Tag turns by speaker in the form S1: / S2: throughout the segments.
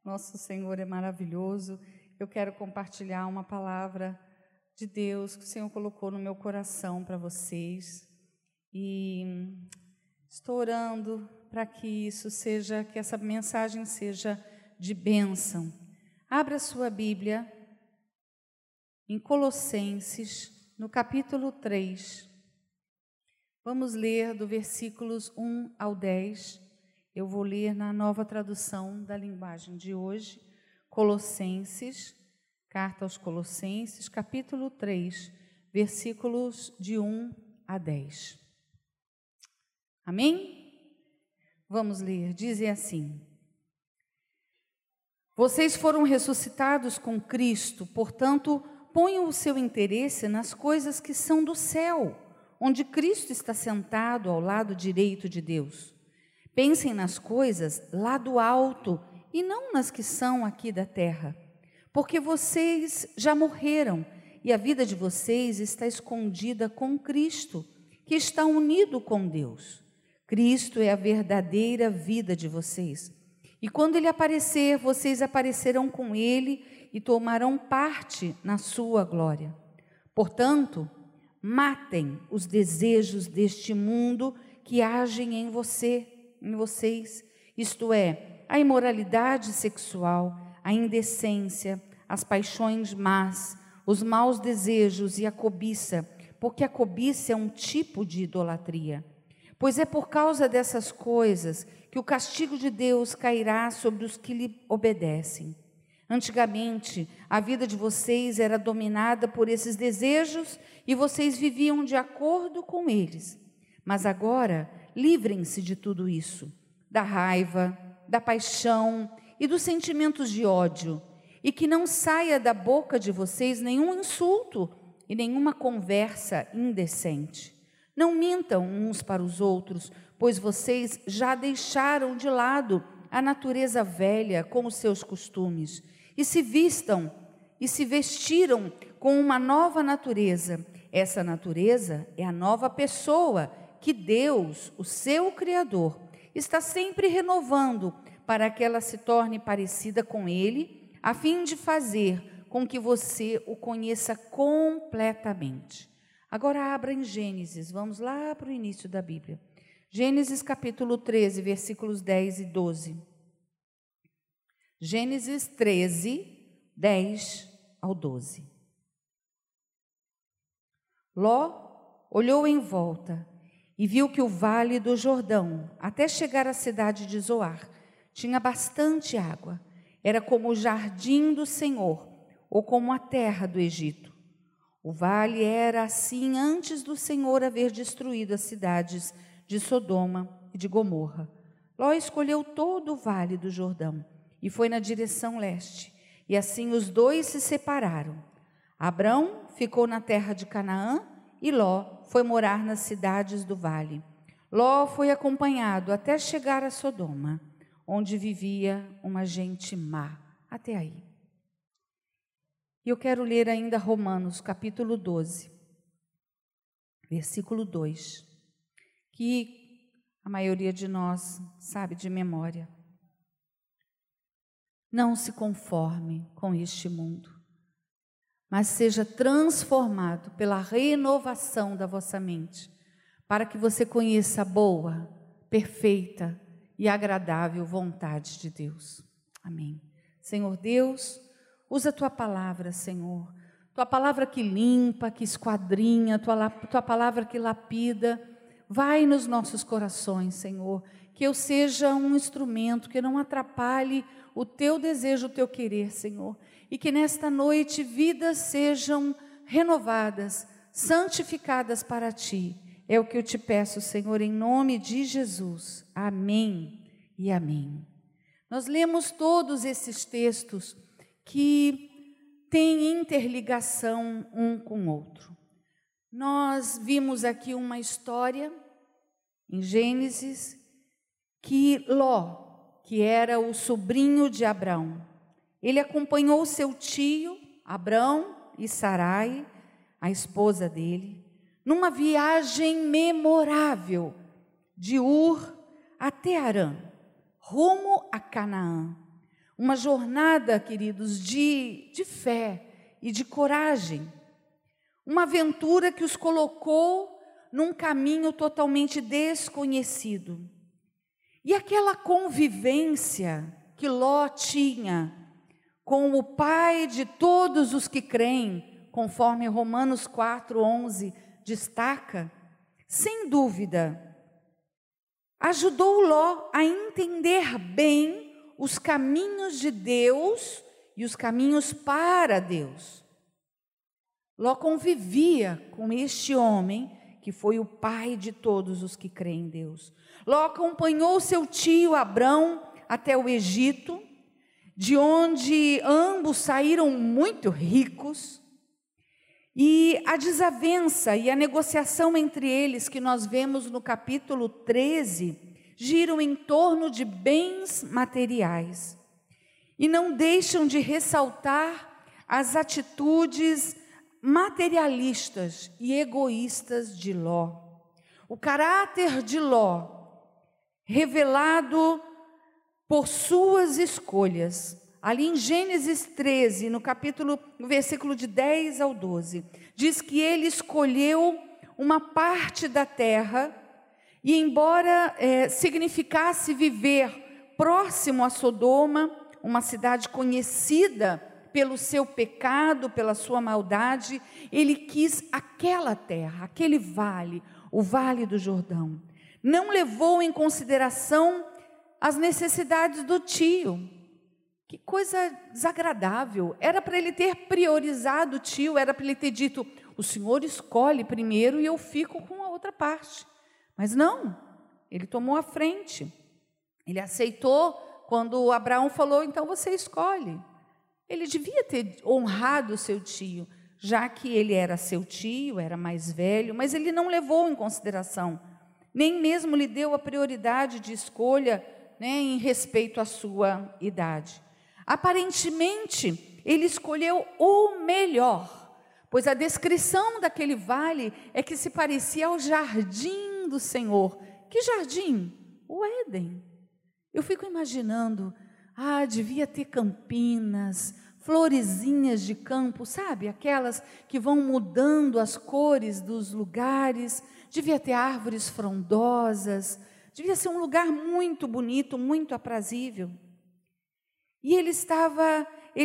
S1: Nosso Senhor é maravilhoso. Eu quero compartilhar uma palavra de Deus que o Senhor colocou no meu coração para vocês. E estou orando para que que essa mensagem seja de bênção. Abra sua Bíblia em Colossenses, no capítulo 3. Vamos ler do versículos 1 ao 10. Eu vou ler na nova tradução da linguagem de hoje, Colossenses, carta aos Colossenses, capítulo 3, versículos de 1 a 10. Amém? Vamos ler, dizem assim: Vocês foram ressuscitados com Cristo, portanto, ponham o seu interesse nas coisas que são do céu, onde Cristo está sentado ao lado direito de Deus. Pensem nas coisas lá do alto e não nas que são aqui da terra, porque vocês já morreram e a vida de vocês está escondida com Cristo, que está unido com Deus. Cristo é a verdadeira vida de vocês. E quando Ele aparecer, vocês aparecerão com Ele e tomarão parte na sua glória. Portanto, matem os desejos deste mundo que agem em vocês, isto é, a imoralidade sexual, a indecência, as paixões más, os maus desejos e a cobiça, porque a cobiça é um tipo de idolatria. Pois é por causa dessas coisas que o castigo de Deus cairá sobre os que lhe obedecem. Antigamente, a vida de vocês era dominada por esses desejos e vocês viviam de acordo com eles. Mas agora, livrem-se de tudo isso, da raiva, da paixão e dos sentimentos de ódio, e que não saia da boca de vocês nenhum insulto e nenhuma conversa indecente. Não mintam uns para os outros, pois vocês já deixaram de lado a natureza velha com os seus costumes, e se vestiram com uma nova natureza. Essa natureza é a nova pessoa que Deus, o seu Criador, está sempre renovando para que ela se torne parecida com Ele, a fim de fazer com que você o conheça completamente. Agora abra em Gênesis, vamos lá para o início da Bíblia. Gênesis capítulo 13, versículos 10 e 12. Gênesis 13, 10 ao 12. Ló olhou em volta e viu que o vale do Jordão, até chegar à cidade de Zoar, tinha bastante água. Era como o jardim do Senhor, ou como a terra do Egito. O vale era assim antes do Senhor haver destruído as cidades de Sodoma e de Gomorra. Ló escolheu todo o vale do Jordão e foi na direção leste. E assim os dois se separaram. Abrão ficou na terra de Canaã e Ló foi morar nas cidades do vale. Ló foi acompanhado até chegar a Sodoma, onde vivia uma gente má. Até aí. E eu quero ler ainda Romanos, capítulo 12, versículo 2, que a maioria de nós sabe de memória. Não se conforme com este mundo, mas seja transformado pela renovação da vossa mente, para que você conheça a boa, perfeita e agradável vontade de Deus. Amém. Senhor Deus, usa a Tua palavra, Senhor, Tua palavra que limpa, que esquadrinha, Tua palavra que lapida, vai nos nossos corações, Senhor, que eu seja um instrumento que não atrapalhe o Teu desejo, o Teu querer, Senhor, e que nesta noite vidas sejam renovadas, santificadas para Ti. É o que eu te peço, Senhor, em nome de Jesus. Amém e amém. Nós lemos todos esses textos que têm interligação um com o outro. Nós vimos aqui uma história em Gênesis que Ló, que era o sobrinho de Abrão, ele acompanhou seu tio, Abrão e Sarai, a esposa dele, numa viagem memorável de Ur até Harã, rumo a Canaã. uma jornada, queridos, de fé e de coragem. Uma aventura que os colocou num caminho totalmente desconhecido. E aquela convivência que Ló tinha com o Pai de todos os que creem, conforme Romanos 4:11 destaca, sem dúvida, ajudou Ló a entender bem os caminhos de Deus e os caminhos para Deus. Ló convivia com este homem que foi o pai de todos os que creem em Deus. Ló acompanhou seu tio Abrão até o Egito, de onde ambos saíram muito ricos, e a desavença e a negociação entre eles, que nós vemos no capítulo 13, giram em torno de bens materiais, e não deixam de ressaltar as atitudes materialistas e egoístas de Ló. O caráter de Ló, revelado por suas escolhas, ali em Gênesis 13, no versículo de 10 ao 12, diz que ele escolheu uma parte da terra, e embora significasse viver próximo a Sodoma, uma cidade conhecida pelo seu pecado, pela sua maldade, ele quis aquela terra, aquele vale, o Vale do Jordão. Não levou em consideração as necessidades do tio. Que coisa desagradável. Era para ele ter priorizado o tio, era para ele ter dito: o senhor escolhe primeiro e eu fico com a outra parte. Mas não, ele tomou a frente. Ele aceitou quando Abraão falou: então você escolhe. Ele devia ter honrado o seu tio, já que ele era seu tio, era mais velho, mas ele não levou em consideração, nem mesmo lhe deu a prioridade de escolha, em respeito à sua idade. Aparentemente, ele escolheu o melhor, pois a descrição daquele vale é que se parecia ao jardim do Senhor. Que jardim? O Éden. Eu fico imaginando, devia ter campinas, florezinhas de campo, sabe? Aquelas que vão mudando as cores dos lugares. Devia ter árvores frondosas. Devia ser um lugar muito bonito, muito aprazível. E ele estava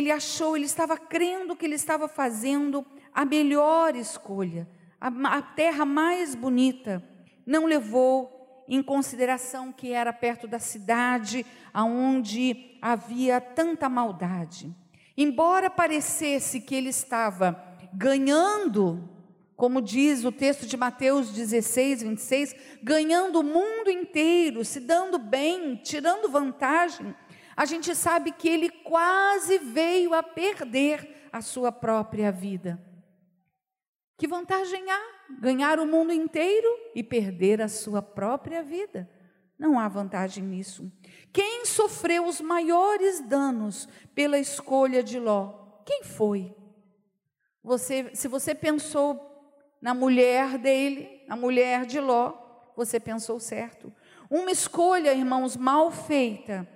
S1: crendo que ele estava fazendo a melhor escolha, a terra mais bonita. Não levou em consideração que era perto da cidade, onde havia tanta maldade. Embora parecesse que ele estava ganhando, como diz o texto de Mateus 16, 26, ganhando o mundo inteiro, se dando bem, tirando vantagem, a gente sabe que ele quase veio a perder a sua própria vida. Que vantagem há? Ganhar o mundo inteiro e perder a sua própria vida. Não há vantagem nisso. Quem sofreu os maiores danos pela escolha de Ló? Quem foi? Se você pensou na mulher dele, na mulher de Ló, você pensou certo. Uma escolha, irmãos, mal feita,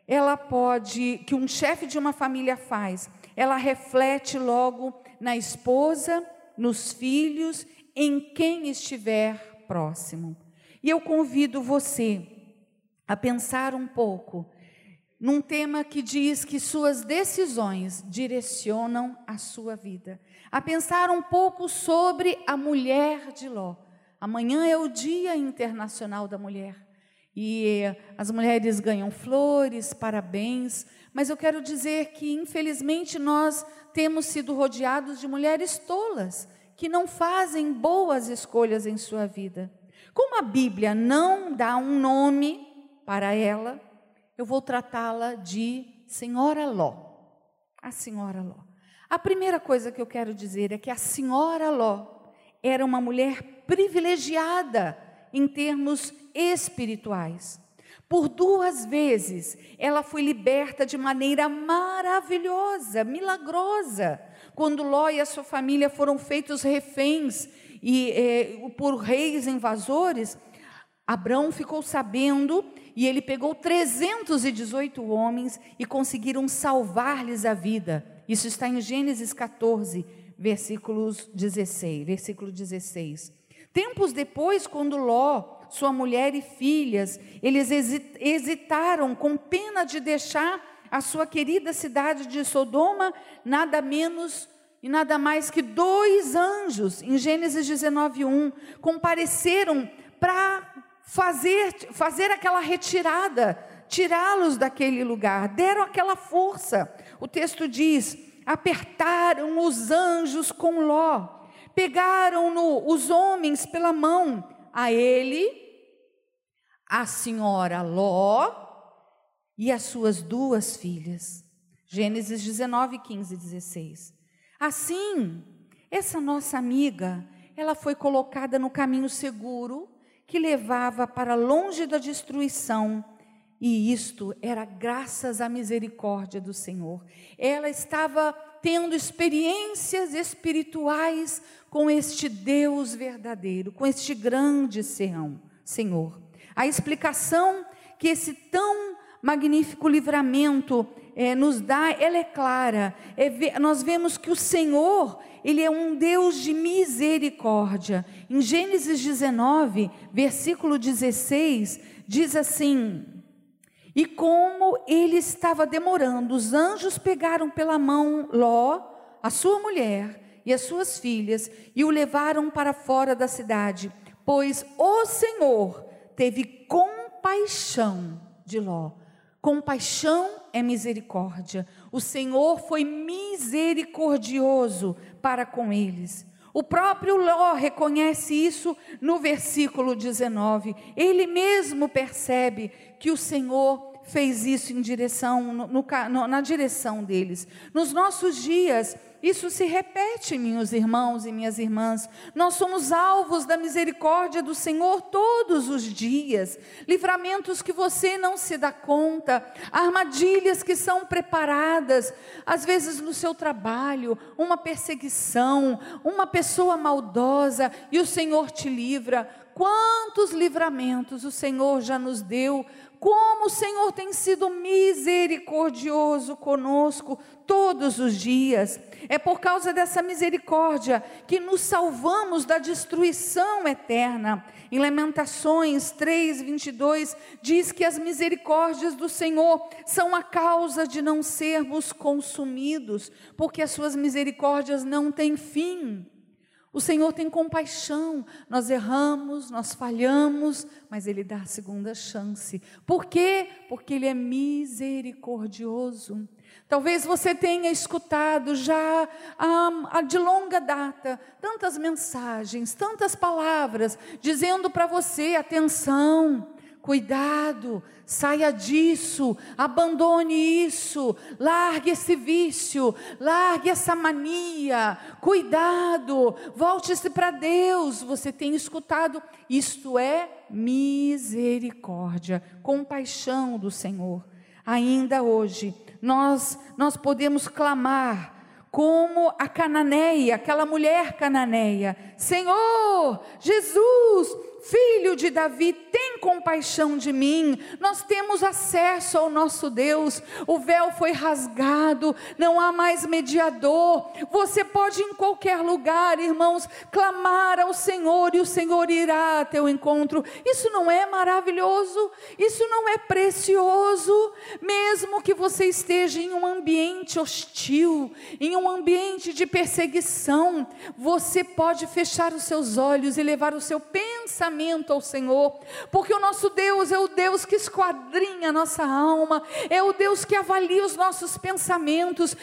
S1: que um chefe de uma família faz, ela reflete logo na esposa, nos filhos, em quem estiver próximo. E eu convido você a pensar um pouco num tema que diz que suas decisões direcionam a sua vida. A pensar um pouco sobre a mulher de Ló. Amanhã é o Dia Internacional da Mulher. E as mulheres ganham flores, parabéns, mas eu quero dizer que, infelizmente, nós temos sido rodeados de mulheres tolas, que não fazem boas escolhas em sua vida. Como a Bíblia não dá um nome para ela, eu vou tratá-la de Senhora Ló. A Senhora Ló. A primeira coisa que eu quero dizer é que a Senhora Ló era uma mulher privilegiada em termos espirituais. Por 2 vezes, ela foi liberta de maneira maravilhosa, milagrosa, quando Ló e a sua família foram feitos reféns por reis invasores. Abrão ficou sabendo e ele pegou 318 homens e conseguiram salvar-lhes a vida. Isso está em Gênesis 14, versículo 16. Tempos depois, quando Ló, sua mulher e filhas, eles hesitaram com pena de deixar a sua querida cidade de Sodoma, nada menos e nada mais que 2 anjos, em Gênesis 19:1, compareceram para fazer aquela retirada, tirá-los daquele lugar, deram aquela força. O texto diz: apertaram os anjos com Ló, pegaram-no os homens pela mão, a ele, a senhora Ló e as suas 2 filhas. Gênesis 19, 15 e 16. Assim, essa nossa amiga, ela foi colocada no caminho seguro que levava para longe da destruição, e isto era graças à misericórdia do Senhor. Ela estava tendo experiências espirituais com este Deus verdadeiro, com este grande Senhor. A explicação que esse tão magnífico livramento nos dá, ela é clara. Nós vemos que o Senhor, Ele é um Deus de misericórdia. Em Gênesis 19, versículo 16, diz assim: e como ele estava demorando, os anjos pegaram pela mão Ló, a sua mulher e as suas filhas, e o levaram para fora da cidade, pois o Senhor teve compaixão de Ló. Compaixão é misericórdia. O Senhor foi misericordioso para com eles. O próprio Ló reconhece isso no versículo 19. Ele mesmo percebe que o Senhor fez isso em direção, na direção deles. Nos nossos dias, isso se repete, meus irmãos e minhas irmãs. Nós somos alvos da misericórdia do Senhor todos os dias. Livramentos que você não se dá conta, armadilhas que são preparadas, às vezes no seu trabalho, uma perseguição, uma pessoa maldosa, e o Senhor te livra. Quantos livramentos o Senhor já nos deu, como o Senhor tem sido misericordioso conosco todos os dias. É por causa dessa misericórdia que nos salvamos da destruição eterna. Em Lamentações 3:22 diz que as misericórdias do Senhor são a causa de não sermos consumidos, porque as suas misericórdias não têm fim. O Senhor tem compaixão, nós erramos, nós falhamos, mas Ele dá a segunda chance. Por quê? Porque Ele é misericordioso. Talvez você tenha escutado já de longa data tantas mensagens, tantas palavras, dizendo para você: atenção, cuidado, saia disso, abandone isso, largue esse vício, largue essa mania, cuidado, volte-se para Deus. Você tem escutado? Isto é misericórdia, compaixão do Senhor. Ainda hoje, nós podemos clamar como a cananeia, aquela mulher cananeia: Senhor, Jesus, Filho de Davi, tem compaixão de mim. Nós temos acesso ao nosso Deus, o véu foi rasgado, não há mais mediador. Você pode em qualquer lugar, irmãos, clamar ao Senhor e o Senhor irá a teu encontro. Isso não é maravilhoso? Isso não é precioso? Mesmo que você esteja em um ambiente hostil, em um ambiente de perseguição, você pode fechar os seus olhos e levar o seu pensamento ao Senhor, porque o nosso Deus é o Deus que esquadrinha a nossa alma, é o Deus que avalia os nossos pensamentos.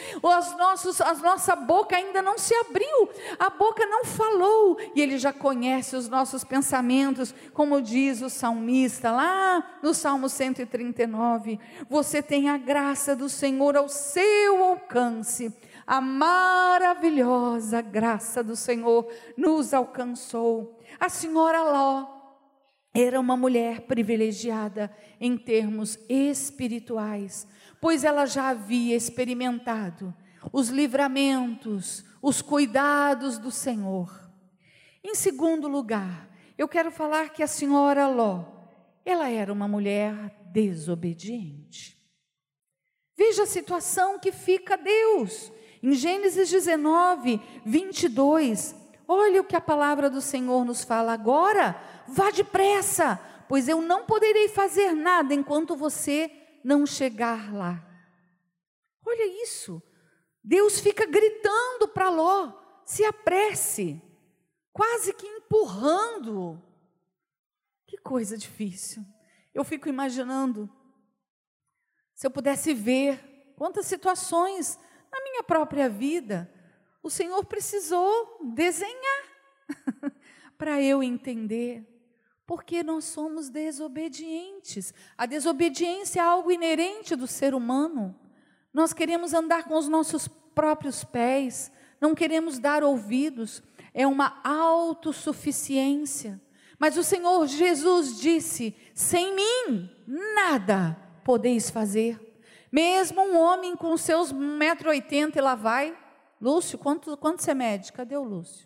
S1: A nossa boca ainda não se abriu, a boca não falou, e Ele já conhece os nossos pensamentos, como diz o salmista lá no Salmo 139, você tem a graça do Senhor ao seu alcance. A maravilhosa graça do Senhor nos alcançou. A senhora Ló era uma mulher privilegiada em termos espirituais, pois ela já havia experimentado os livramentos, os cuidados do Senhor. Em segundo lugar, eu quero falar que a senhora Ló, ela era uma mulher desobediente. Veja a situação que fica Deus. Em Gênesis 19, 22, olha o que a palavra do Senhor nos fala. Agora, vá depressa, pois eu não poderei fazer nada enquanto você não chegar lá. Olha isso. Deus fica gritando para Ló, se apresse, quase que empurrando. Que coisa difícil. Eu fico imaginando, se eu pudesse ver quantas situações na minha própria vida o Senhor precisou desenhar para eu entender porque nós somos desobedientes. A desobediência é algo inerente do ser humano. Nós queremos andar com os nossos próprios pés, não queremos dar ouvidos, é uma autossuficiência. Mas o Senhor Jesus disse: sem mim nada podeis fazer. Mesmo um homem com seus 1,80 m e lá vai. Lúcio, quanto você mede? Cadê o Lúcio?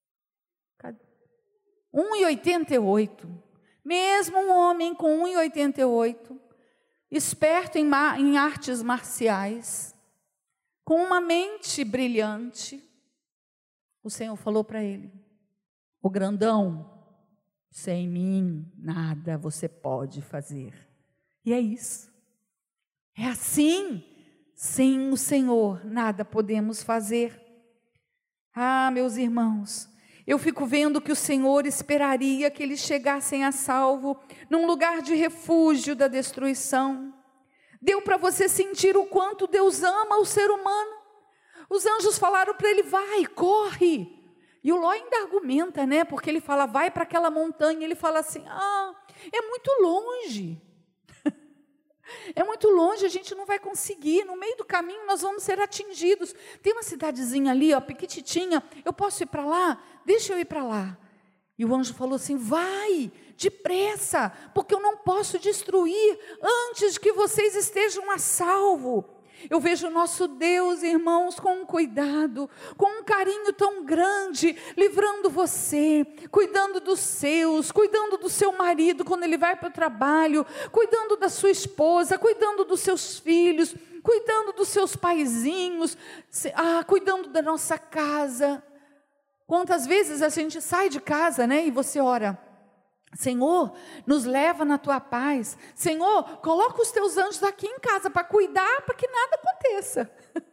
S1: 1,88 m. Mesmo um homem com 1,88 m, esperto em artes marciais, com uma mente brilhante, o Senhor falou para ele: o grandão, sem mim nada você pode fazer. E é isso. É assim, sem o Senhor nada podemos fazer. Ah, meus irmãos, eu fico vendo que o Senhor esperaria que eles chegassem a salvo num lugar de refúgio da destruição. Deu para você sentir o quanto Deus ama o ser humano? Os anjos falaram para ele: vai, corre. E o Ló ainda argumenta, né? Porque ele fala: vai para aquela montanha. Ele fala assim: é muito longe. É muito longe, a gente não vai conseguir. No meio do caminho nós vamos ser atingidos. Tem uma cidadezinha ali, ó, pequititinha. Eu posso ir para lá? Deixa eu ir para lá. E o anjo falou assim: vai, depressa, porque eu não posso destruir antes que vocês estejam a salvo. Eu vejo o nosso Deus, irmãos, com um cuidado, com um carinho tão grande, livrando você, cuidando dos seus, cuidando do seu marido quando ele vai para o trabalho, cuidando da sua esposa, cuidando dos seus filhos, cuidando dos seus paizinhos, cuidando da nossa casa. Quantas vezes a gente sai de casa, né, e você ora: Senhor, nos leva na tua paz. Senhor, coloca os teus anjos aqui em casa para cuidar, para que nada aconteça.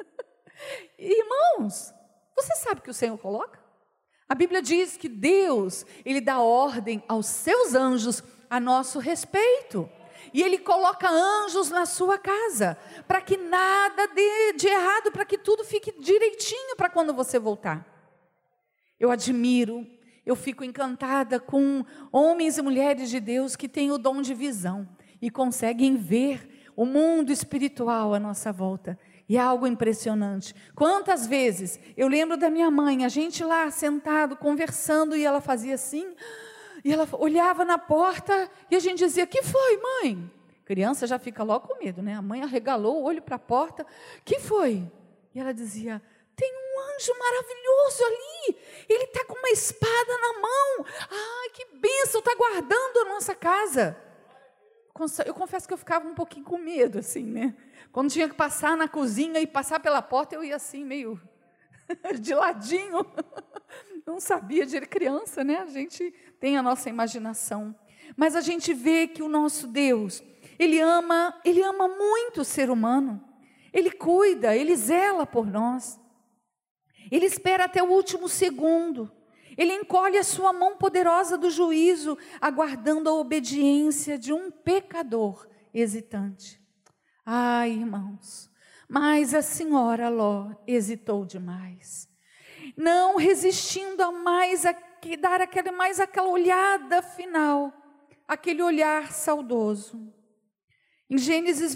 S1: Irmãos, você sabe que o Senhor coloca? A Bíblia diz que Deus, Ele dá ordem aos seus anjos a nosso respeito. E Ele coloca anjos na sua casa, para que nada dê de errado, para que tudo fique direitinho para quando você voltar. Eu admiro, eu fico encantada com homens e mulheres de Deus que têm o dom de visão e conseguem ver o mundo espiritual à nossa volta. E é algo impressionante. Quantas vezes eu lembro da minha mãe, a gente lá sentado, conversando, e ela fazia assim, e ela olhava na porta e a gente dizia: que foi, mãe? Criança já fica logo com medo, né? A mãe arregalou o olho para a porta: que foi? E ela dizia: tem um anjo maravilhoso ali, ele está com uma espada na mão. Ai, que bênção, está guardando a nossa casa. Eu confesso que eu ficava um pouquinho com medo, assim, né? Quando tinha que passar na cozinha e passar pela porta, eu ia assim, meio de ladinho. Não sabia, de criança, né? A gente tem a nossa imaginação. Mas a gente vê que o nosso Deus, Ele ama muito o ser humano. Ele cuida, Ele zela por nós. Ele espera até o último segundo. Ele encolhe a sua mão poderosa do juízo, aguardando a obediência de um pecador hesitante. Ai, irmãos, mas a senhora Ló hesitou demais, não resistindo a dar aquela olhada final, aquele olhar saudoso. Em Gênesis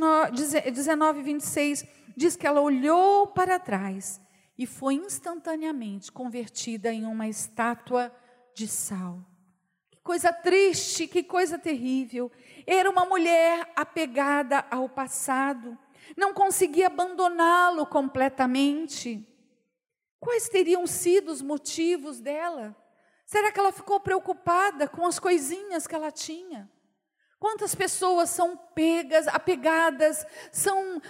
S1: 19, 26, diz que ela olhou para trás e foi instantaneamente convertida em uma estátua de sal. Que coisa triste, que coisa terrível. Era uma mulher apegada ao passado, não conseguia abandoná-lo completamente. Quais teriam sido os motivos dela? Será que ela ficou preocupada com as coisinhas que ela tinha? Quantas pessoas são apegadas, são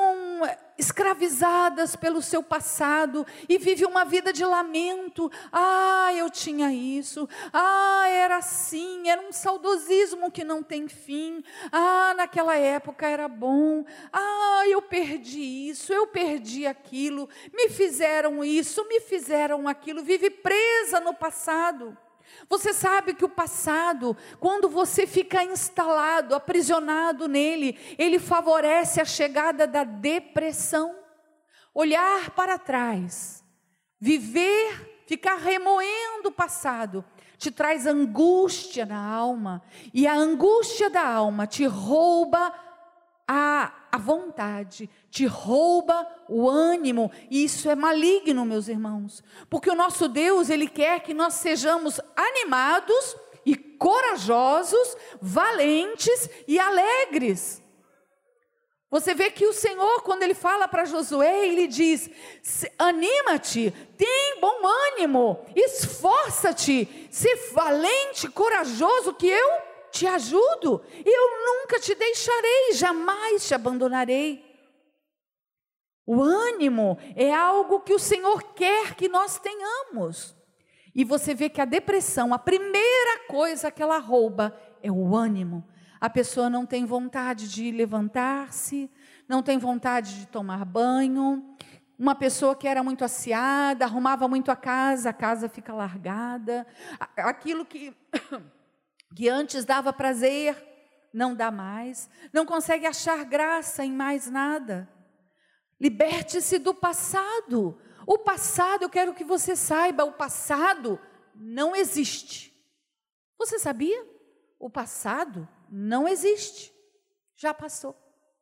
S1: escravizadas pelo seu passado e vivem uma vida de lamento. Eu tinha isso. Era assim, era um saudosismo que não tem fim. Naquela época era bom. Eu perdi isso, eu perdi aquilo. Me fizeram isso, me fizeram aquilo. Vive presa no passado. Você sabe que o passado, quando você fica instalado, aprisionado nele, ele favorece a chegada da depressão. Olhar para trás, viver, ficar remoendo o passado, te traz angústia na alma, e a angústia da alma te rouba a vontade, te rouba o ânimo, e isso é maligno, meus irmãos, porque o nosso Deus, Ele quer que nós sejamos animados e corajosos, valentes e alegres. Você vê que o Senhor, quando Ele fala para Josué, Ele diz: anima-te, tem bom ânimo, esforça-te, se valente, corajoso, que eu te ajudo, e eu nunca te deixarei, jamais te abandonarei. O ânimo é algo que o Senhor quer que nós tenhamos. E você vê que a depressão, a primeira coisa que ela rouba é o ânimo. A pessoa não tem vontade de levantar-se, não tem vontade de tomar banho. Uma pessoa que era muito asseada, arrumava muito a casa fica largada. Aquilo que antes dava prazer, não dá mais. Não consegue achar graça em mais nada. Liberte-se do passado. O passado, eu quero que você saiba, o passado não existe. Você sabia? O passado não existe. Já passou.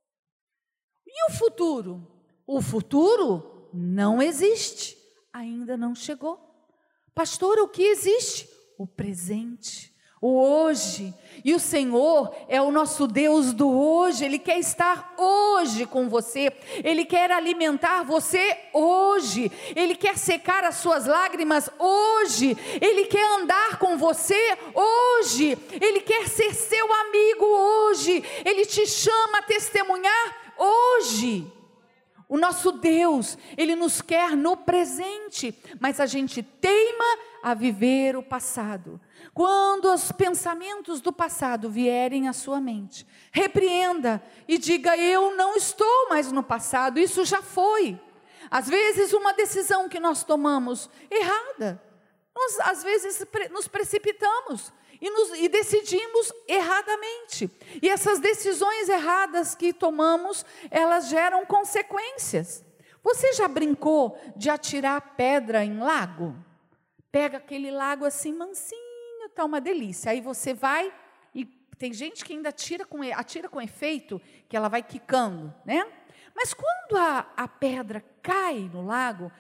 S1: E o futuro? O futuro não existe. Ainda não chegou. Pastor, o que existe? O presente. O hoje, e o Senhor é o nosso Deus do hoje. Ele quer estar hoje com você, Ele quer alimentar você hoje, Ele quer secar as suas lágrimas hoje, Ele quer andar com você hoje, Ele quer ser seu amigo hoje, Ele te chama a testemunhar hoje. O nosso Deus, Ele nos quer no presente, mas a gente teima a viver o passado. Quando os pensamentos do passado vierem à sua mente, repreenda e diga: eu não estou mais no passado, isso já foi. Às vezes uma decisão que nós tomamos errada, nós às vezes nos precipitamos e decidimos erradamente. E essas decisões erradas que tomamos, elas geram consequências. Você já brincou de atirar pedra em lago? Pega aquele lago assim mansinho, tá uma delícia. Aí você vai e tem gente que ainda atira com efeito, que ela vai quicando, né? Mas quando a pedra cai no lago,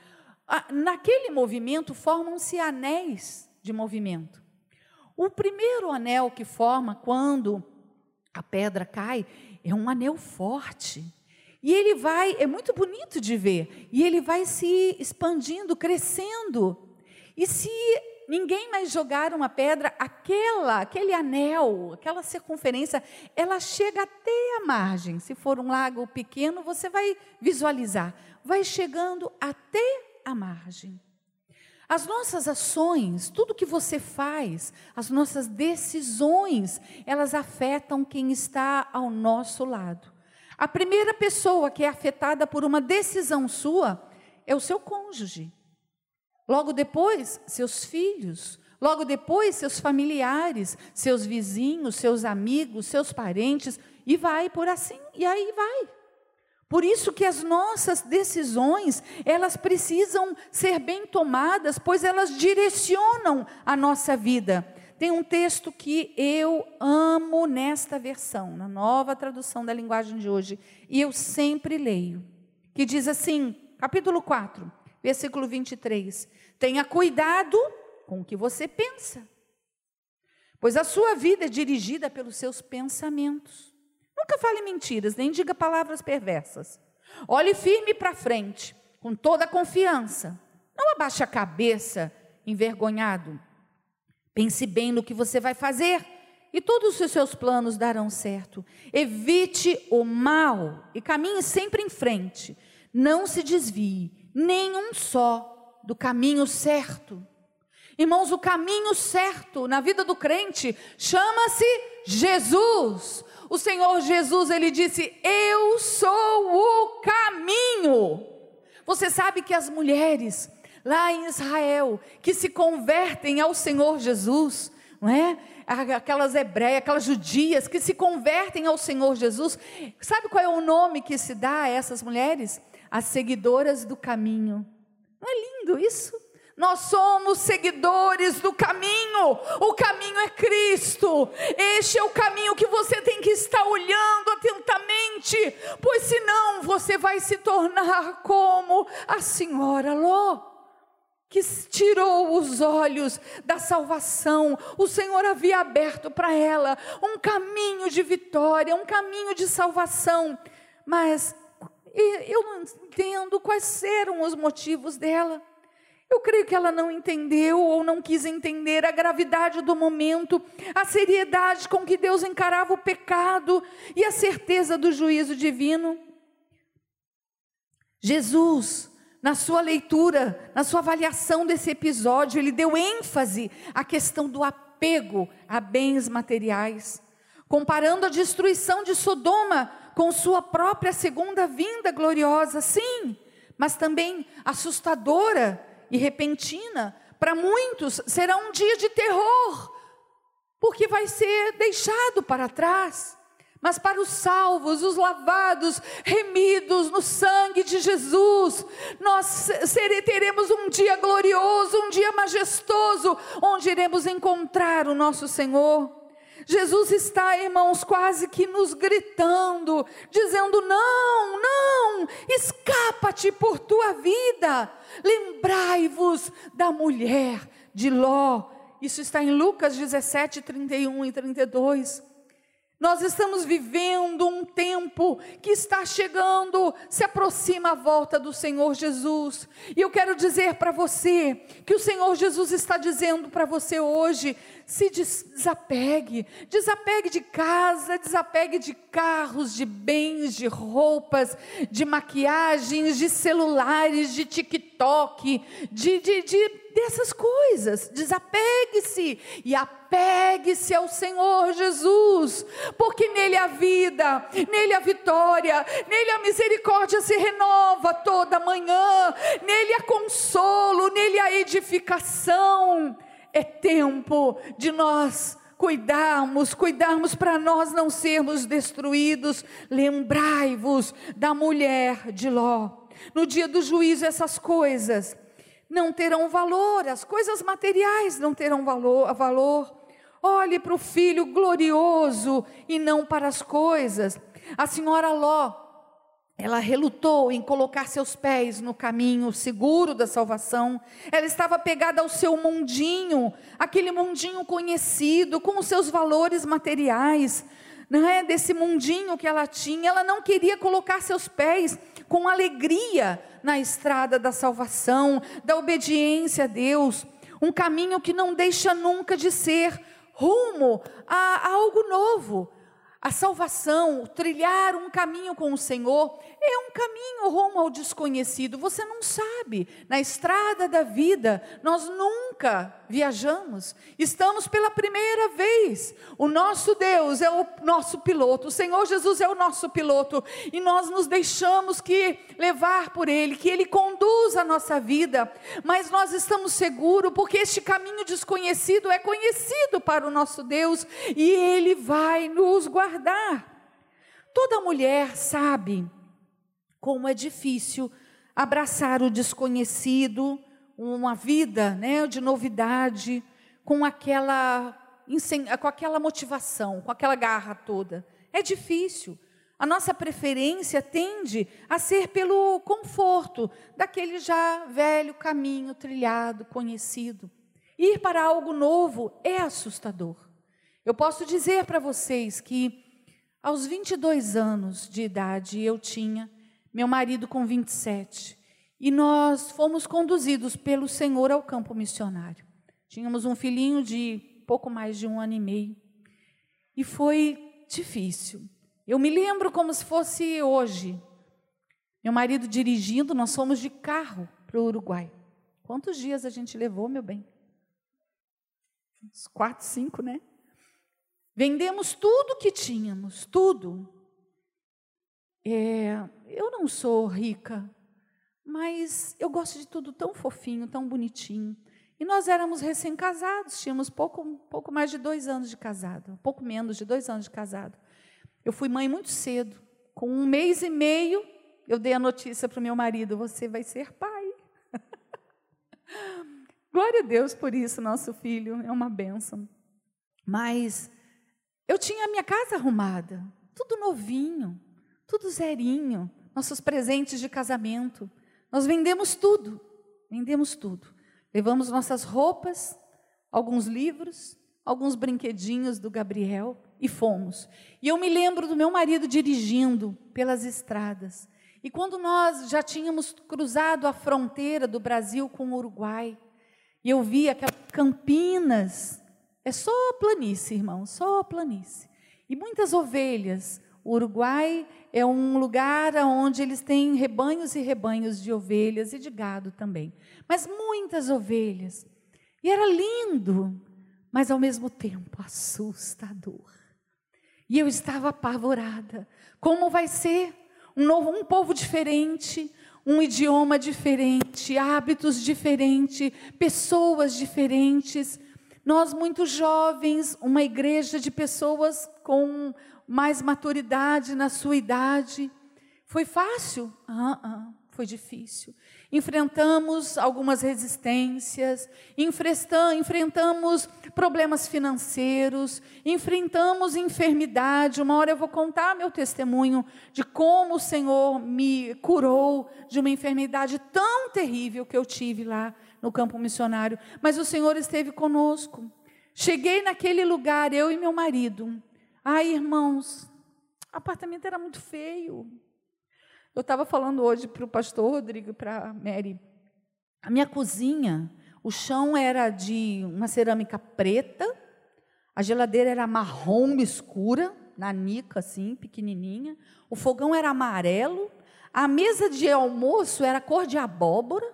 S1: naquele movimento formam-se anéis de movimento. O primeiro anel que forma quando a pedra cai é um anel forte. E ele vai, é muito bonito de ver, e ele vai se expandindo, crescendo. E se ninguém mais jogar uma pedra, aquele anel, aquela circunferência, ela chega até a margem. Se for um lago pequeno, você vai visualizar, vai chegando até a margem. As nossas ações, tudo que você faz, as nossas decisões, elas afetam quem está ao nosso lado. A primeira pessoa que é afetada por uma decisão sua é o seu cônjuge. Logo depois, seus filhos. Logo depois, seus familiares, seus vizinhos, seus amigos, seus parentes. E vai por assim, e aí vai. Por isso que as nossas decisões, elas precisam ser bem tomadas, pois elas direcionam a nossa vida. Tem um texto que eu amo nesta versão, na nova tradução da linguagem de hoje, e eu sempre leio, que diz assim, capítulo 4, versículo 23, tenha cuidado com o que você pensa, pois a sua vida é dirigida pelos seus pensamentos. Nunca fale mentiras, nem diga palavras perversas. Olhe firme para frente, com toda a confiança. Não abaixe a cabeça, envergonhado. Pense bem no que você vai fazer e todos os seus planos darão certo. Evite o mal e caminhe sempre em frente. Não se desvie nem um só do caminho certo. Irmãos, o caminho certo na vida do crente chama-se Jesus. O Senhor Jesus, Ele disse: eu sou o caminho. Você sabe que as mulheres lá em Israel, que se convertem ao Senhor Jesus, não é? Aquelas hebreias, aquelas judias que se convertem ao Senhor Jesus, sabe qual é o nome que se dá a essas mulheres? As seguidoras do caminho. Não é lindo isso? Nós somos seguidores do caminho, o caminho é Cristo. Este é o caminho que você tem que estar olhando atentamente, pois senão você vai se tornar como a senhora Ló, que tirou os olhos da salvação. O Senhor havia aberto para ela um caminho de vitória, um caminho de salvação, mas eu não entendo quais eram os motivos dela. Eu creio que ela não entendeu ou não quis entender a gravidade do momento, a seriedade com que Deus encarava o pecado e a certeza do juízo divino. Jesus, na sua leitura, na sua avaliação desse episódio, ele deu ênfase à questão do apego a bens materiais, comparando a destruição de Sodoma com sua própria segunda vinda gloriosa, sim, mas também assustadora e repentina. Para muitos será um dia de terror, porque vai ser deixado para trás. Mas para os salvos, os lavados, remidos no sangue de Jesus, nós teremos um dia glorioso, um dia majestoso, onde iremos encontrar o nosso Senhor. Jesus está, irmãos, quase que nos gritando, dizendo: não, não, escapa-te por tua vida. Lembrai-vos da mulher de Ló. Isso está em Lucas 17, 31 e 32. Nós estamos vivendo um tempo que está chegando, se aproxima a volta do Senhor Jesus. E eu quero dizer para você, que o Senhor Jesus está dizendo para você hoje: se desapegue de casa, desapegue de carros, de bens, de roupas, de maquiagens, de celulares, de TikTok, dessas coisas. Desapegue-se e apegue-se ao Senhor Jesus, porque nele a vida, nele a vitória, nele a misericórdia se renova toda manhã, nele há consolo, nele há edificação. É tempo de nós cuidarmos para nós não sermos destruídos. Lembrai-vos da mulher de Ló. No dia do juízo, essas coisas não terão valor, as coisas materiais não terão valor. Olhe para o filho glorioso e não para as coisas. A senhora Ló, ela relutou em colocar seus pés no caminho seguro da salvação. Ela estava pegada ao seu mundinho, aquele mundinho conhecido, com os seus valores materiais, não é? Desse mundinho que ela tinha. Ela não queria colocar seus pés com alegria na estrada da salvação, da obediência a Deus, um caminho que não deixa nunca de ser rumo a algo novo. A salvação, trilhar um caminho com o Senhor, é um caminho rumo ao desconhecido. Você não sabe, na estrada da vida, nós nunca viajamos, estamos pela primeira vez. O nosso Deus é o nosso piloto, o Senhor Jesus é o nosso piloto, e nós nos deixamos levar por Ele, que Ele conduza a nossa vida, mas nós estamos seguros, porque este caminho desconhecido é conhecido para o nosso Deus, e Ele vai nos guardar. Toda mulher sabe como é difícil abraçar o desconhecido, uma vida, né, de novidade, com aquela motivação, com aquela garra toda. É difícil. A nossa preferência tende a ser pelo conforto daquele já velho caminho trilhado, conhecido. Ir para algo novo é assustador. Eu posso dizer para vocês que aos 22 anos de idade eu tinha, meu marido com 27, e nós fomos conduzidos pelo Senhor ao campo missionário. Tínhamos um filhinho de pouco mais de 1 ano e meio. E foi difícil. Eu me lembro como se fosse hoje. Meu marido dirigindo, nós fomos de carro para o Uruguai. Quantos dias a gente levou, meu bem? Uns 4, 5, né? Vendemos tudo que tínhamos, tudo. Eu não sou rica, mas eu gosto de tudo tão fofinho, tão bonitinho. E nós éramos recém-casados, tínhamos pouco mais de 2 anos de casado, pouco menos de 2 anos de casado. Eu fui mãe muito cedo. Com 1 mês e meio, eu dei a notícia para o meu marido: você vai ser pai. Glória a Deus por isso, nosso filho é uma bênção. Mas eu tinha a minha casa arrumada, tudo novinho, tudo zerinho, nossos presentes de casamento. Nós vendemos tudo. Levamos nossas roupas, alguns livros, alguns brinquedinhos do Gabriel e fomos. E eu me lembro do meu marido dirigindo pelas estradas. E quando nós já tínhamos cruzado a fronteira do Brasil com o Uruguai, e eu vi aquelas Campinas, é só planície, irmão, só planície. E muitas ovelhas. O Uruguai é um lugar onde eles têm rebanhos e rebanhos de ovelhas e de gado também. Mas muitas ovelhas. E era lindo, mas ao mesmo tempo assustador. E eu estava apavorada. Como vai ser um povo diferente, um idioma diferente, hábitos diferentes, pessoas diferentes. Nós muito jovens, uma igreja de pessoas com mais maturidade na sua idade. Foi fácil? Foi difícil. Enfrentamos algumas resistências, enfrentamos problemas financeiros, enfrentamos enfermidade. Uma hora eu vou contar meu testemunho de como o Senhor me curou de uma enfermidade tão terrível que eu tive lá no campo missionário. Mas o Senhor esteve conosco. Cheguei naquele lugar, eu e meu marido. Ai, irmãos, o apartamento era muito feio. Eu estava falando hoje para o pastor Rodrigo e para a Mary. A minha cozinha, o chão era de uma cerâmica preta, a geladeira era marrom escura, nanica assim, pequenininha, o fogão era amarelo, a mesa de almoço era cor de abóbora.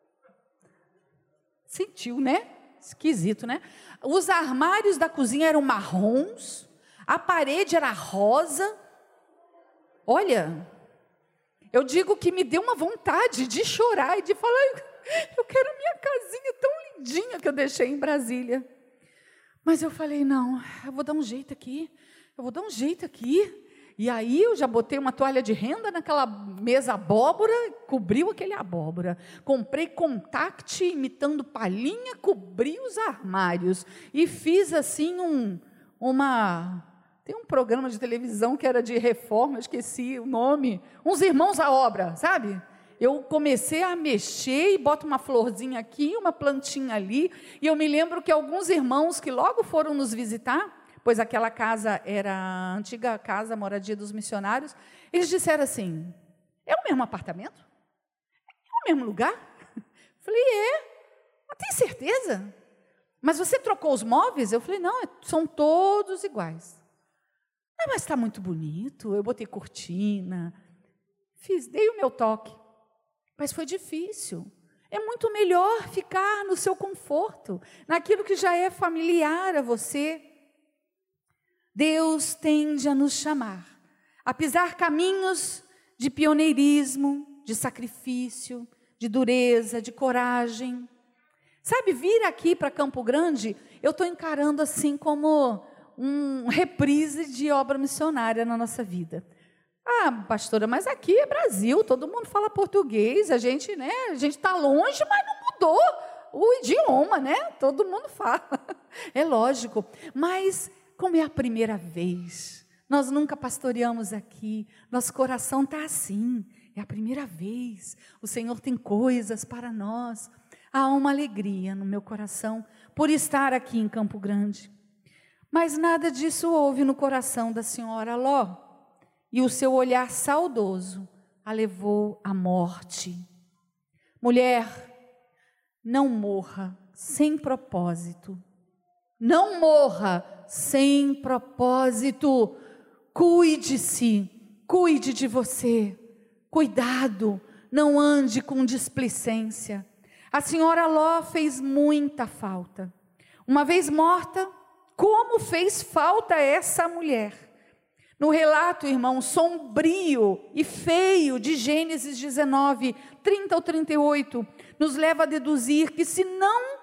S1: Sentiu, né? Esquisito, né? Os armários da cozinha eram marrons, a parede era rosa. Olha, eu digo que me deu uma vontade de chorar e de falar: eu quero a minha casinha tão lindinha que eu deixei em Brasília. Mas eu falei: não, eu vou dar um jeito aqui. E aí eu já botei uma toalha de renda naquela mesa abóbora, cobriu aquele abóbora. Comprei contact imitando palhinha, cobri os armários. E fiz assim Tem um programa de televisão que era de reforma, esqueci o nome. Uns irmãos à obra, sabe? Eu comecei a mexer e boto uma florzinha aqui, uma plantinha ali. E eu me lembro que alguns irmãos que logo foram nos visitar, pois aquela casa era a antiga casa, moradia dos missionários, eles disseram assim: é o mesmo apartamento? É o mesmo lugar? Falei: mas tem certeza? Mas você trocou os móveis? Eu falei: não, são todos iguais. Mas está muito bonito, eu botei cortina, dei o meu toque, mas foi difícil. É muito melhor ficar no seu conforto, naquilo que já é familiar a você. Deus tende a nos chamar a pisar caminhos de pioneirismo, de sacrifício, de dureza, de coragem. Sabe, vir aqui para Campo Grande, eu estou encarando assim como um reprise de obra missionária na nossa vida. Pastora, mas aqui é Brasil, todo mundo fala português, a gente está longe, mas não mudou o idioma, né? Todo mundo fala, é lógico. Mas como é a primeira vez, nós nunca pastoreamos aqui, nosso coração está assim, é a primeira vez, o Senhor tem coisas para nós. Há uma alegria no meu coração por estar aqui em Campo Grande. Mas nada disso houve no coração da senhora Ló, e o seu olhar saudoso a levou à morte. Mulher, não morra sem propósito. Não morra sem propósito. Cuide-se, cuide de você. Cuidado, não ande com displicência. A senhora Ló fez muita falta. Uma vez morta, como fez falta essa mulher? No relato, irmão, sombrio e feio de Gênesis 19, 30 ao 38, nos leva a deduzir que se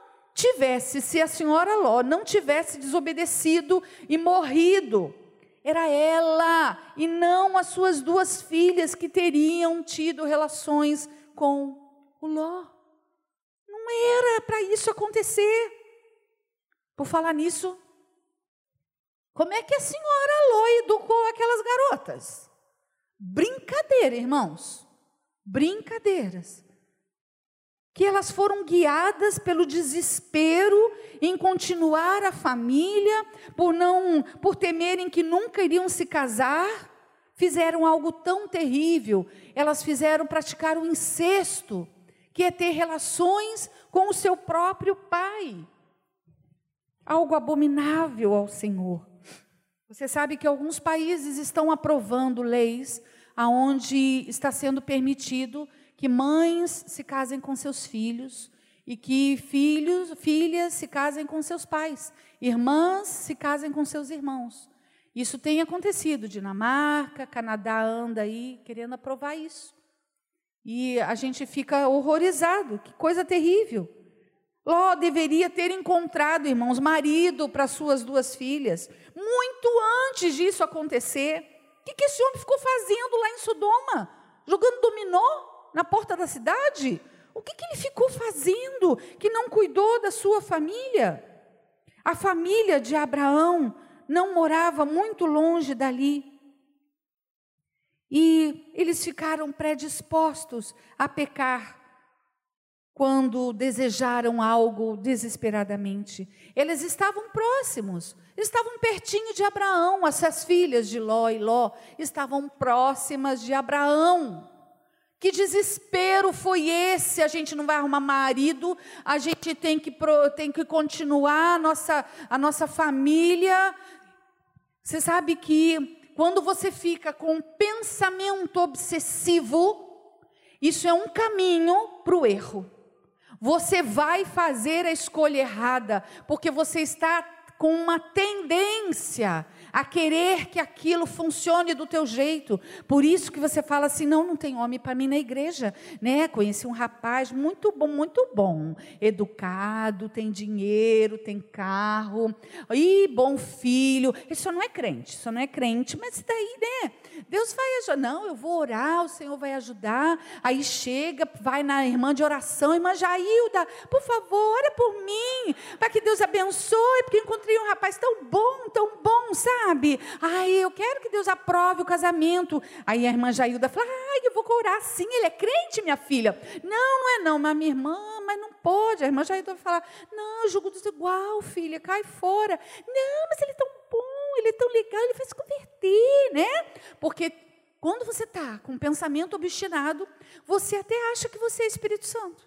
S1: a senhora Ló não tivesse desobedecido e morrido, era ela e não as suas 2 filhas que teriam tido relações com o Ló. Não era para isso acontecer. Por falar nisso, como é que a senhora Ló educou aquelas garotas? Brincadeira, irmãos. Brincadeiras. Que elas foram guiadas pelo desespero em continuar a família, por temerem que nunca iriam se casar, fizeram algo tão terrível. Elas praticaram o incesto, que é ter relações com o seu próprio pai. Algo abominável ao Senhor. Você sabe que alguns países estão aprovando leis aonde está sendo permitido que mães se casem com seus filhos e que filhas se casem com seus pais, irmãs se casem com seus irmãos. Isso tem acontecido. Dinamarca, Canadá anda aí querendo aprovar isso. E a gente fica horrorizado, que coisa terrível. Ló deveria ter encontrado, irmãos, marido para suas 2 filhas, muito antes disso acontecer. O que esse homem ficou fazendo lá em Sodoma? Jogando dominó na porta da cidade? O que ele ficou fazendo que não cuidou da sua família? A família de Abraão não morava muito longe dali. E eles ficaram predispostos a pecar quando desejaram algo desesperadamente. Eles estavam próximos, estavam pertinho de Abraão. Essas filhas de Ló e Ló estavam próximas de Abraão. Que desespero foi esse? A gente não vai arrumar marido, a gente tem que continuar a nossa família. Você sabe que quando você fica com um pensamento obsessivo, isso é um caminho para o erro. Você vai fazer a escolha errada, porque você está com uma tendência a querer que aquilo funcione do teu jeito. Por isso que você fala assim, não tem homem para mim na igreja, né? Conheci um rapaz muito bom, educado, tem dinheiro, tem carro, e bom filho. Ele só não é crente, mas daí, né? Deus vai ajudar. Não, eu vou orar, o Senhor vai ajudar. Aí chega, vai na irmã de oração, irmã Jailda, por favor, ora por mim, para que Deus abençoe, porque eu encontrei um rapaz tão bom, sabe? Ai, eu quero que Deus aprove o casamento. Aí a irmã Jailda fala, eu vou orar sim, ele é crente, minha filha. Não é não, mas minha irmã, mas não pode. A irmã Jailda vai falar, não, julgo desigual, filha, cai fora. Não, mas ele é tão bom, ele é tão legal, ele vai se converter, né? Porque quando você está com um pensamento obstinado, você até acha que você é Espírito Santo.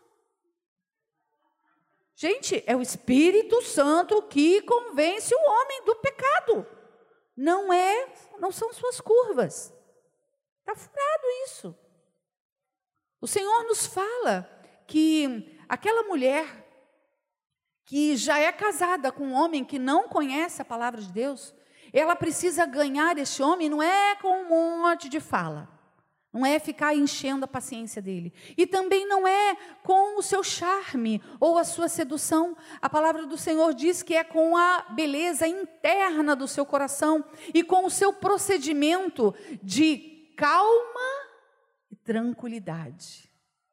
S1: Gente, é o Espírito Santo que convence o homem do pecado. Não são suas curvas. Está furado isso. O Senhor nos fala que aquela mulher que já é casada com um homem que não conhece a palavra de Deus, ela precisa ganhar esse homem, não é com um monte de fala, não é ficar enchendo a paciência dele, e também não é com o seu charme ou a sua sedução. A palavra do Senhor diz que é com a beleza interna do seu coração e com o seu procedimento de calma e tranquilidade.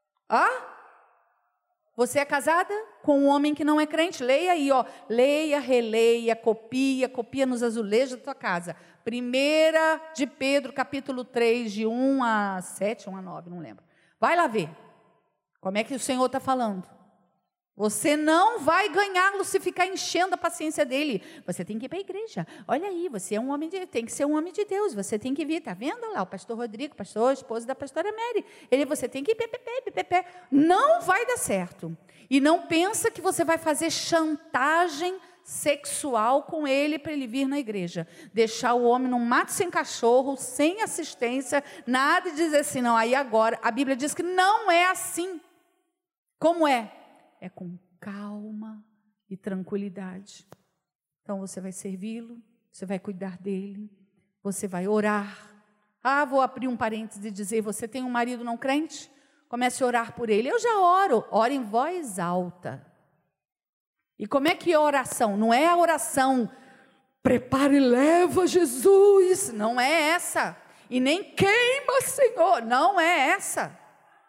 S1: Você é casada com um homem que não é crente? Leia aí, leia, releia, copia nos azulejos da tua casa. 1 de Pedro, capítulo 3, de 1 a 7, 1 a 9, não lembro. Vai lá ver como é que o Senhor está falando. Você não vai ganhá-lo se ficar enchendo a paciência dele. Você tem que ir para a igreja. Olha aí, você é um homem tem que ser um homem de Deus. Você tem que vir, está vendo lá, o pastor Rodrigo, pastor, esposo da pastora Mary. Você tem que ir, não vai dar certo. E não pensa que você vai fazer chantagem sexual com ele para ele vir na igreja. Deixar o homem num mato sem cachorro, sem assistência, nada, e dizer assim, não, aí agora, a Bíblia diz que não é assim. Como é? É com calma e tranquilidade. Então você vai servi-lo, você vai cuidar dele, você vai orar. Vou abrir um parênteses e dizer, você tem um marido não crente? Comece a orar por ele. Eu já oro em voz alta. E como é que é a oração? Não é a oração, prepara e leva Jesus, não é essa. E nem queima, Senhor, não é essa.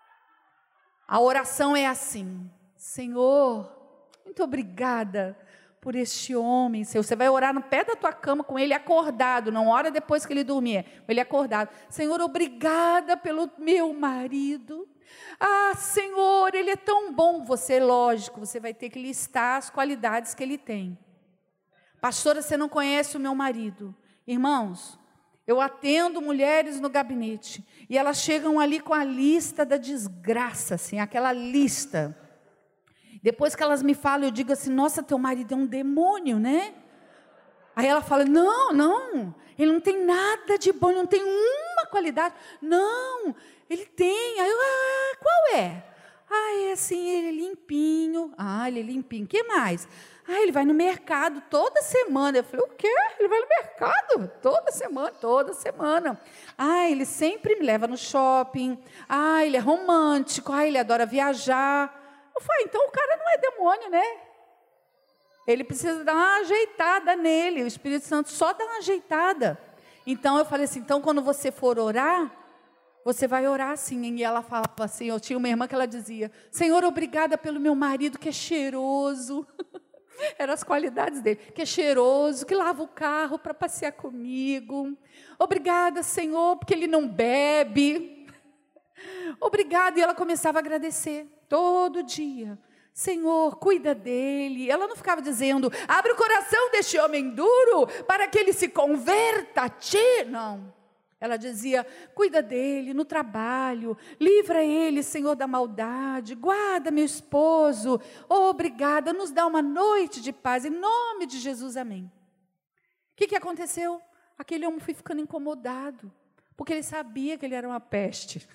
S1: A oração é assim, Senhor, muito obrigada por este homem, Senhor. Você vai orar no pé da tua cama com ele acordado, não ora depois que ele dormir, ele acordado. Senhor, obrigada pelo meu marido. Senhor, ele é tão bom. Você, lógico, você vai ter que listar as qualidades que ele tem. Pastora, você não conhece o meu marido. Irmãos, eu atendo mulheres no gabinete e elas chegam ali com a lista da desgraça, assim, aquela lista. Depois que elas me falam, eu digo assim, nossa, teu marido é um demônio, né? Aí ela fala, não, ele não tem nada de bom, ele não tem uma qualidade. Não, ele tem. Aí eu, qual é? É assim, ele é limpinho. Ele é limpinho. O que mais? Ele vai no mercado toda semana. Eu falei, o quê? Ele vai no mercado? Toda semana. Ele sempre me leva no shopping. Ele é romântico. Ele adora viajar. Eu falei, então o cara não é demônio, né? Ele precisa dar uma ajeitada nele. O Espírito Santo só dá uma ajeitada. Então eu falei assim, então quando você for orar, você vai orar assim. E ela falava assim, eu tinha uma irmã que ela dizia, Senhor, obrigada pelo meu marido que é cheiroso. Eram as qualidades dele, que é cheiroso, que lava o carro para passear comigo. Obrigada, Senhor, porque ele não bebe. Obrigada. E ela começava a agradecer todo dia. Senhor, cuida dele. Ela não ficava dizendo, abre o coração deste homem duro para que ele se converta a ti. Não. Ela dizia, cuida dele no trabalho, livra ele, Senhor, da maldade, guarda meu esposo, obrigada, nos dá uma noite de paz, em nome de Jesus, amém. O que aconteceu? Aquele homem foi ficando incomodado, porque ele sabia que ele era uma peste,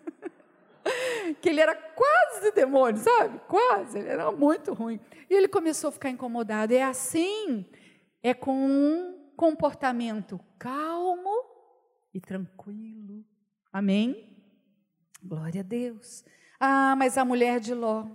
S1: que ele era quase demônio, sabe? Quase, ele era muito ruim. E ele começou a ficar incomodado. É assim, é com um comportamento calmo e tranquilo. Amém? Glória a Deus. Mas a mulher de Ló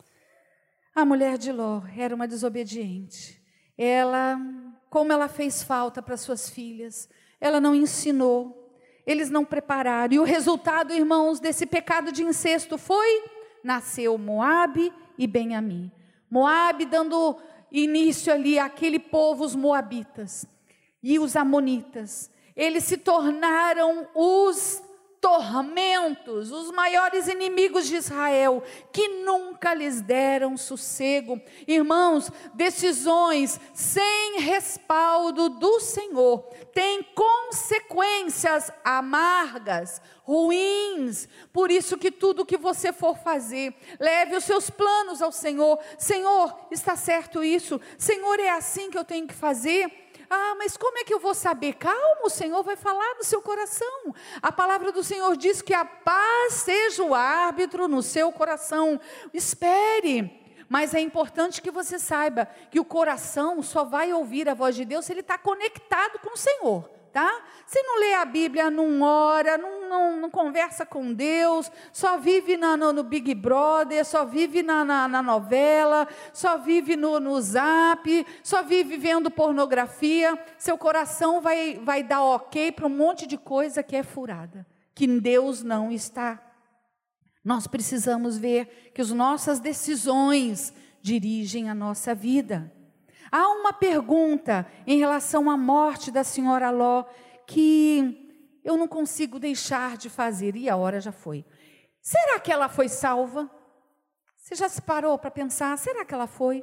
S1: era uma desobediente. Como ela fez falta para suas filhas, ela não ensinou, eles não prepararam. E o resultado, irmãos, desse pecado de incesto nasceu Moabe e Benjamim. Moabe dando início ali àquele povo, os moabitas e os amonitas. Eles se tornaram os tormentos, os maiores inimigos de Israel, que nunca lhes deram sossego. Irmãos, decisões sem respaldo do Senhor têm consequências amargas, ruins. Por isso que tudo que você for fazer, leve os seus planos ao Senhor. Senhor, está certo isso? Senhor, é assim que eu tenho que fazer? Mas como é que eu vou saber? Calma, o Senhor vai falar no seu coração. A palavra do Senhor diz que a paz seja o árbitro no seu coração. Espere. Mas é importante que você saiba que o coração só vai ouvir a voz de Deus se ele está conectado com o Senhor, tá? Se não lê a Bíblia, não ora, não conversa com Deus, só vive no Big Brother, só vive na novela, só vive no Zap, só vive vendo pornografia, seu coração vai dar ok para um monte de coisa que é furada, que em Deus não está. Nós precisamos ver que as nossas decisões dirigem a nossa vida. Há uma pergunta em relação à morte da senhora Ló que eu não consigo deixar de fazer, e a hora já foi. Será que ela foi salva? Você já se parou para pensar, será que ela foi?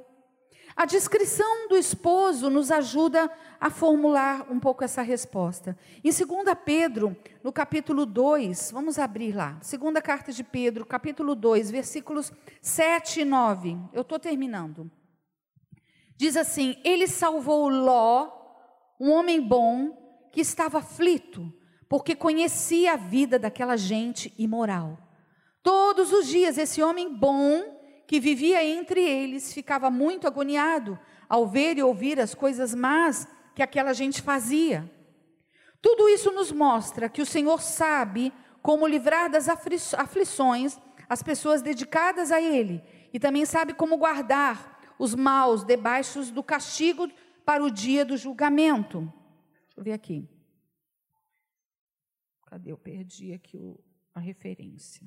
S1: A descrição do esposo nos ajuda a formular um pouco essa resposta. Em 2 Pedro, no capítulo 2, vamos abrir lá. Segunda carta de Pedro, capítulo 2, versículos 7 e 9. Eu estou terminando. Diz assim: ele salvou Ló, um homem bom, que estava aflito, porque conhecia a vida daquela gente imoral. Todos os dias esse homem bom, que vivia entre eles, ficava muito agoniado ao ver e ouvir as coisas más que aquela gente fazia. Tudo isso nos mostra que o Senhor sabe como livrar das aflições as pessoas dedicadas a Ele, e também sabe como guardar os maus debaixo do castigo para o dia do julgamento. Deixa eu ver aqui. Cadê? Eu perdi aqui a referência.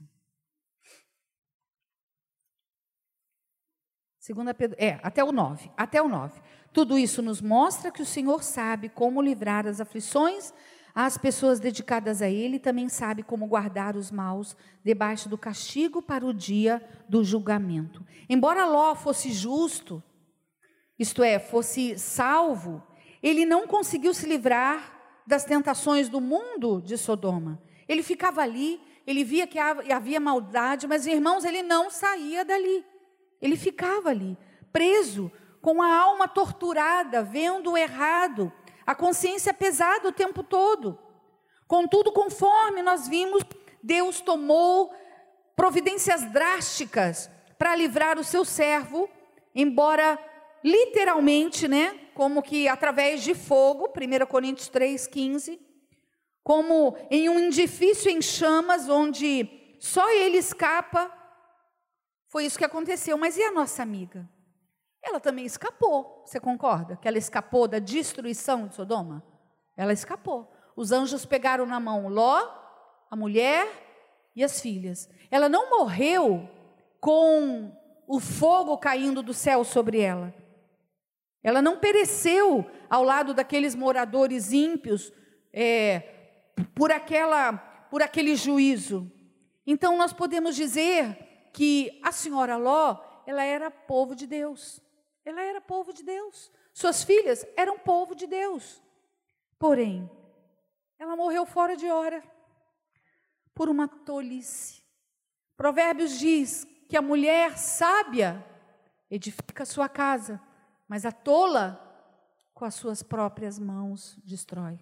S1: 2 Pedro, até o 9. Tudo isso nos mostra que o Senhor sabe como livrar as aflições às pessoas dedicadas a Ele, e também sabe como guardar os maus debaixo do castigo para o dia do julgamento. Embora Ló fosse justo, isto é, fosse salvo, ele não conseguiu se livrar das tentações do mundo de Sodoma. Ele ficava ali, ele via que havia maldade, mas, irmãos, ele não saía dali. Ele ficava ali, preso, com a alma torturada, vendo o errado, a consciência pesada o tempo todo. Contudo, conforme nós vimos, Deus tomou providências drásticas para livrar o seu servo, embora literalmente, como que através de fogo, 1 Coríntios 3,15, como em um edifício em chamas, onde só ele escapa. Foi isso que aconteceu. Mas e a nossa amiga? Ela também escapou, você concorda? Que ela escapou da destruição de Sodoma? Ela escapou. Os anjos pegaram na mão Ló, a mulher e as filhas. Ela não morreu com o fogo caindo do céu sobre ela. Ela não pereceu ao lado daqueles moradores ímpios por aquele juízo. Então nós podemos dizer que a senhora Ló, ela era povo de Deus. Ela era povo de Deus. Suas filhas eram povo de Deus. Porém, ela morreu fora de hora, por uma tolice. Provérbios diz que a mulher sábia edifica a sua casa, mas a tola, com as suas próprias mãos, destrói.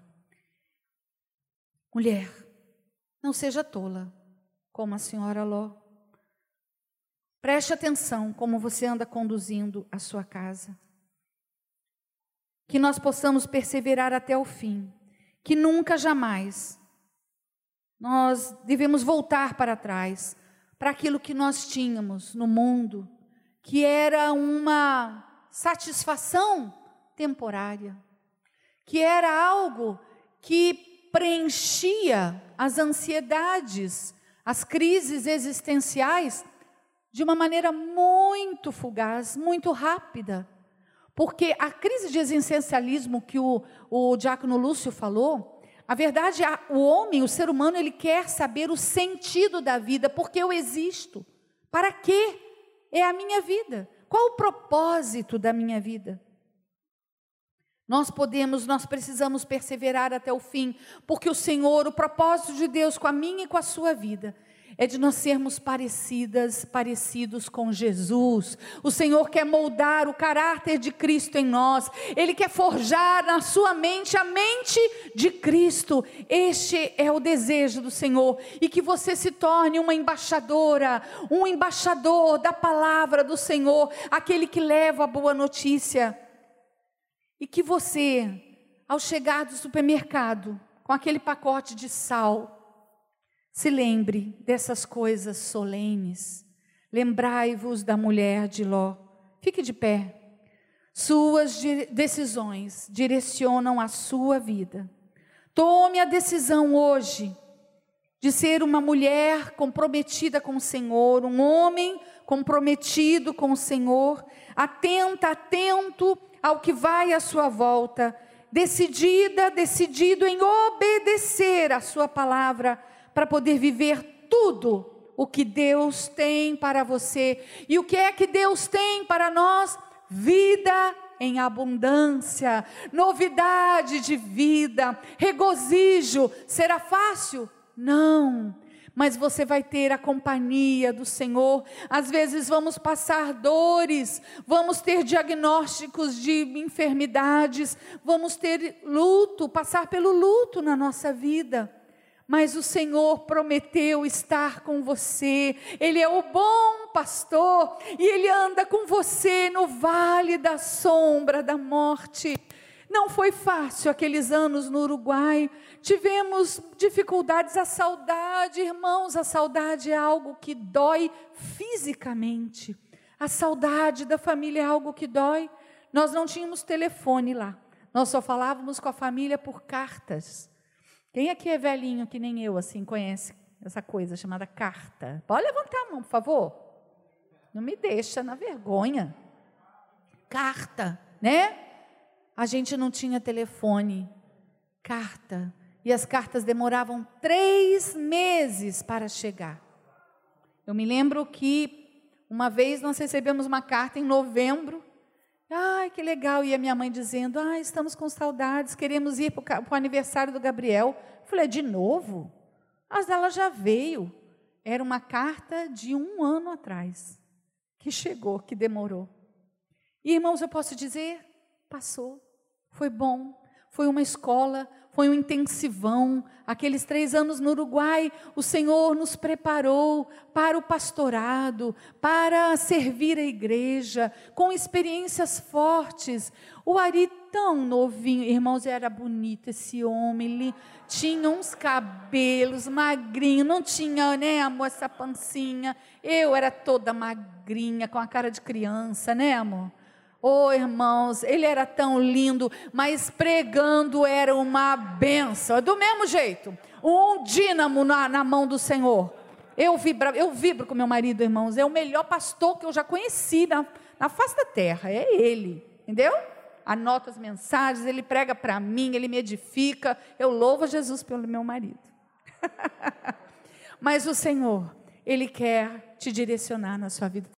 S1: Mulher, não seja tola, como a senhora Ló. Preste atenção como você anda conduzindo a sua casa. Que nós possamos perseverar até o fim. Que nunca, jamais, nós devemos voltar para trás, para aquilo que nós tínhamos no mundo, que era uma satisfação temporária, que era algo que preenchia as ansiedades, as crises existenciais, de uma maneira muito fugaz, muito rápida. Porque a crise de existencialismo que o diácono Lúcio falou, a verdade, o homem, o ser humano, ele quer saber o sentido da vida. Por que eu existo? Para quê é a minha vida? Qual o propósito da minha vida? Nós precisamos perseverar até o fim, porque o Senhor, o propósito de Deus com a minha e com a sua vida, é de nós sermos parecidos com Jesus. O Senhor quer moldar o caráter de Cristo em nós. Ele quer forjar na sua mente a mente de Cristo. Este é o desejo do Senhor. E que você se torne uma embaixadora, um embaixador da palavra do Senhor, aquele que leva a boa notícia. E que você, ao chegar do supermercado, com aquele pacote de sal, se lembre dessas coisas solenes. Lembrai-vos da mulher de Ló. Fique de pé. Suas decisões direcionam a sua vida. Tome a decisão hoje de ser uma mulher comprometida com o Senhor, um homem comprometido com o Senhor, atento ao que vai à sua volta, decidido em obedecer a sua palavra, para poder viver tudo o que Deus tem para você. E o que é que Deus tem para nós? vida em abundância, novidade de vida, regozijo. Será fácil? Não, mas você vai ter a companhia do Senhor. Às vezes vamos passar dores, vamos ter diagnósticos de enfermidades, vamos ter luto, passar pelo luto na nossa vida. Mas o Senhor prometeu estar com você. Ele é o bom pastor e Ele anda com você no vale da sombra da morte. Não foi fácil aqueles anos no Uruguai. Tivemos dificuldades, a saudade, irmãos, a saudade é algo que dói fisicamente. A saudade da família é algo que dói. Nós não tínhamos telefone lá. Nós só falávamos com a família por cartas. Quem aqui é velhinho, que nem eu, assim, conhece essa coisa chamada carta? Pode levantar a mão, por favor. Não me deixa na vergonha. Carta, né? A gente não tinha telefone. Carta. E as cartas demoravam 3 meses para chegar. Eu me lembro que uma vez nós recebemos uma carta em novembro. Ai, que legal, e a minha mãe dizendo, estamos com saudades, queremos ir para o aniversário do Gabriel. Eu falei, de novo? Mas ela já veio. Era uma carta de 1 ano atrás, que chegou, que demorou. E, irmãos, eu posso dizer, passou, foi bom, foi uma escola, foi um intensivão. Aqueles 3 anos no Uruguai, o Senhor nos preparou para o pastorado, para servir a igreja, com experiências fortes. O Ari, tão novinho, irmãos, era bonito esse homem, ele tinha uns cabelos magrinho, não tinha, né, amor, essa pancinha. Eu era toda magrinha, com a cara de criança, né, amor? Oh, irmãos, ele era tão lindo, mas pregando era uma benção, do mesmo jeito, um dínamo na mão do Senhor. Eu vibro com meu marido, irmãos, é o melhor pastor que eu já conheci na face da terra, é ele, entendeu? Anota as mensagens, ele prega para mim, ele me edifica, eu louvo a Jesus pelo meu marido. Mas o Senhor, Ele quer te direcionar na sua vida.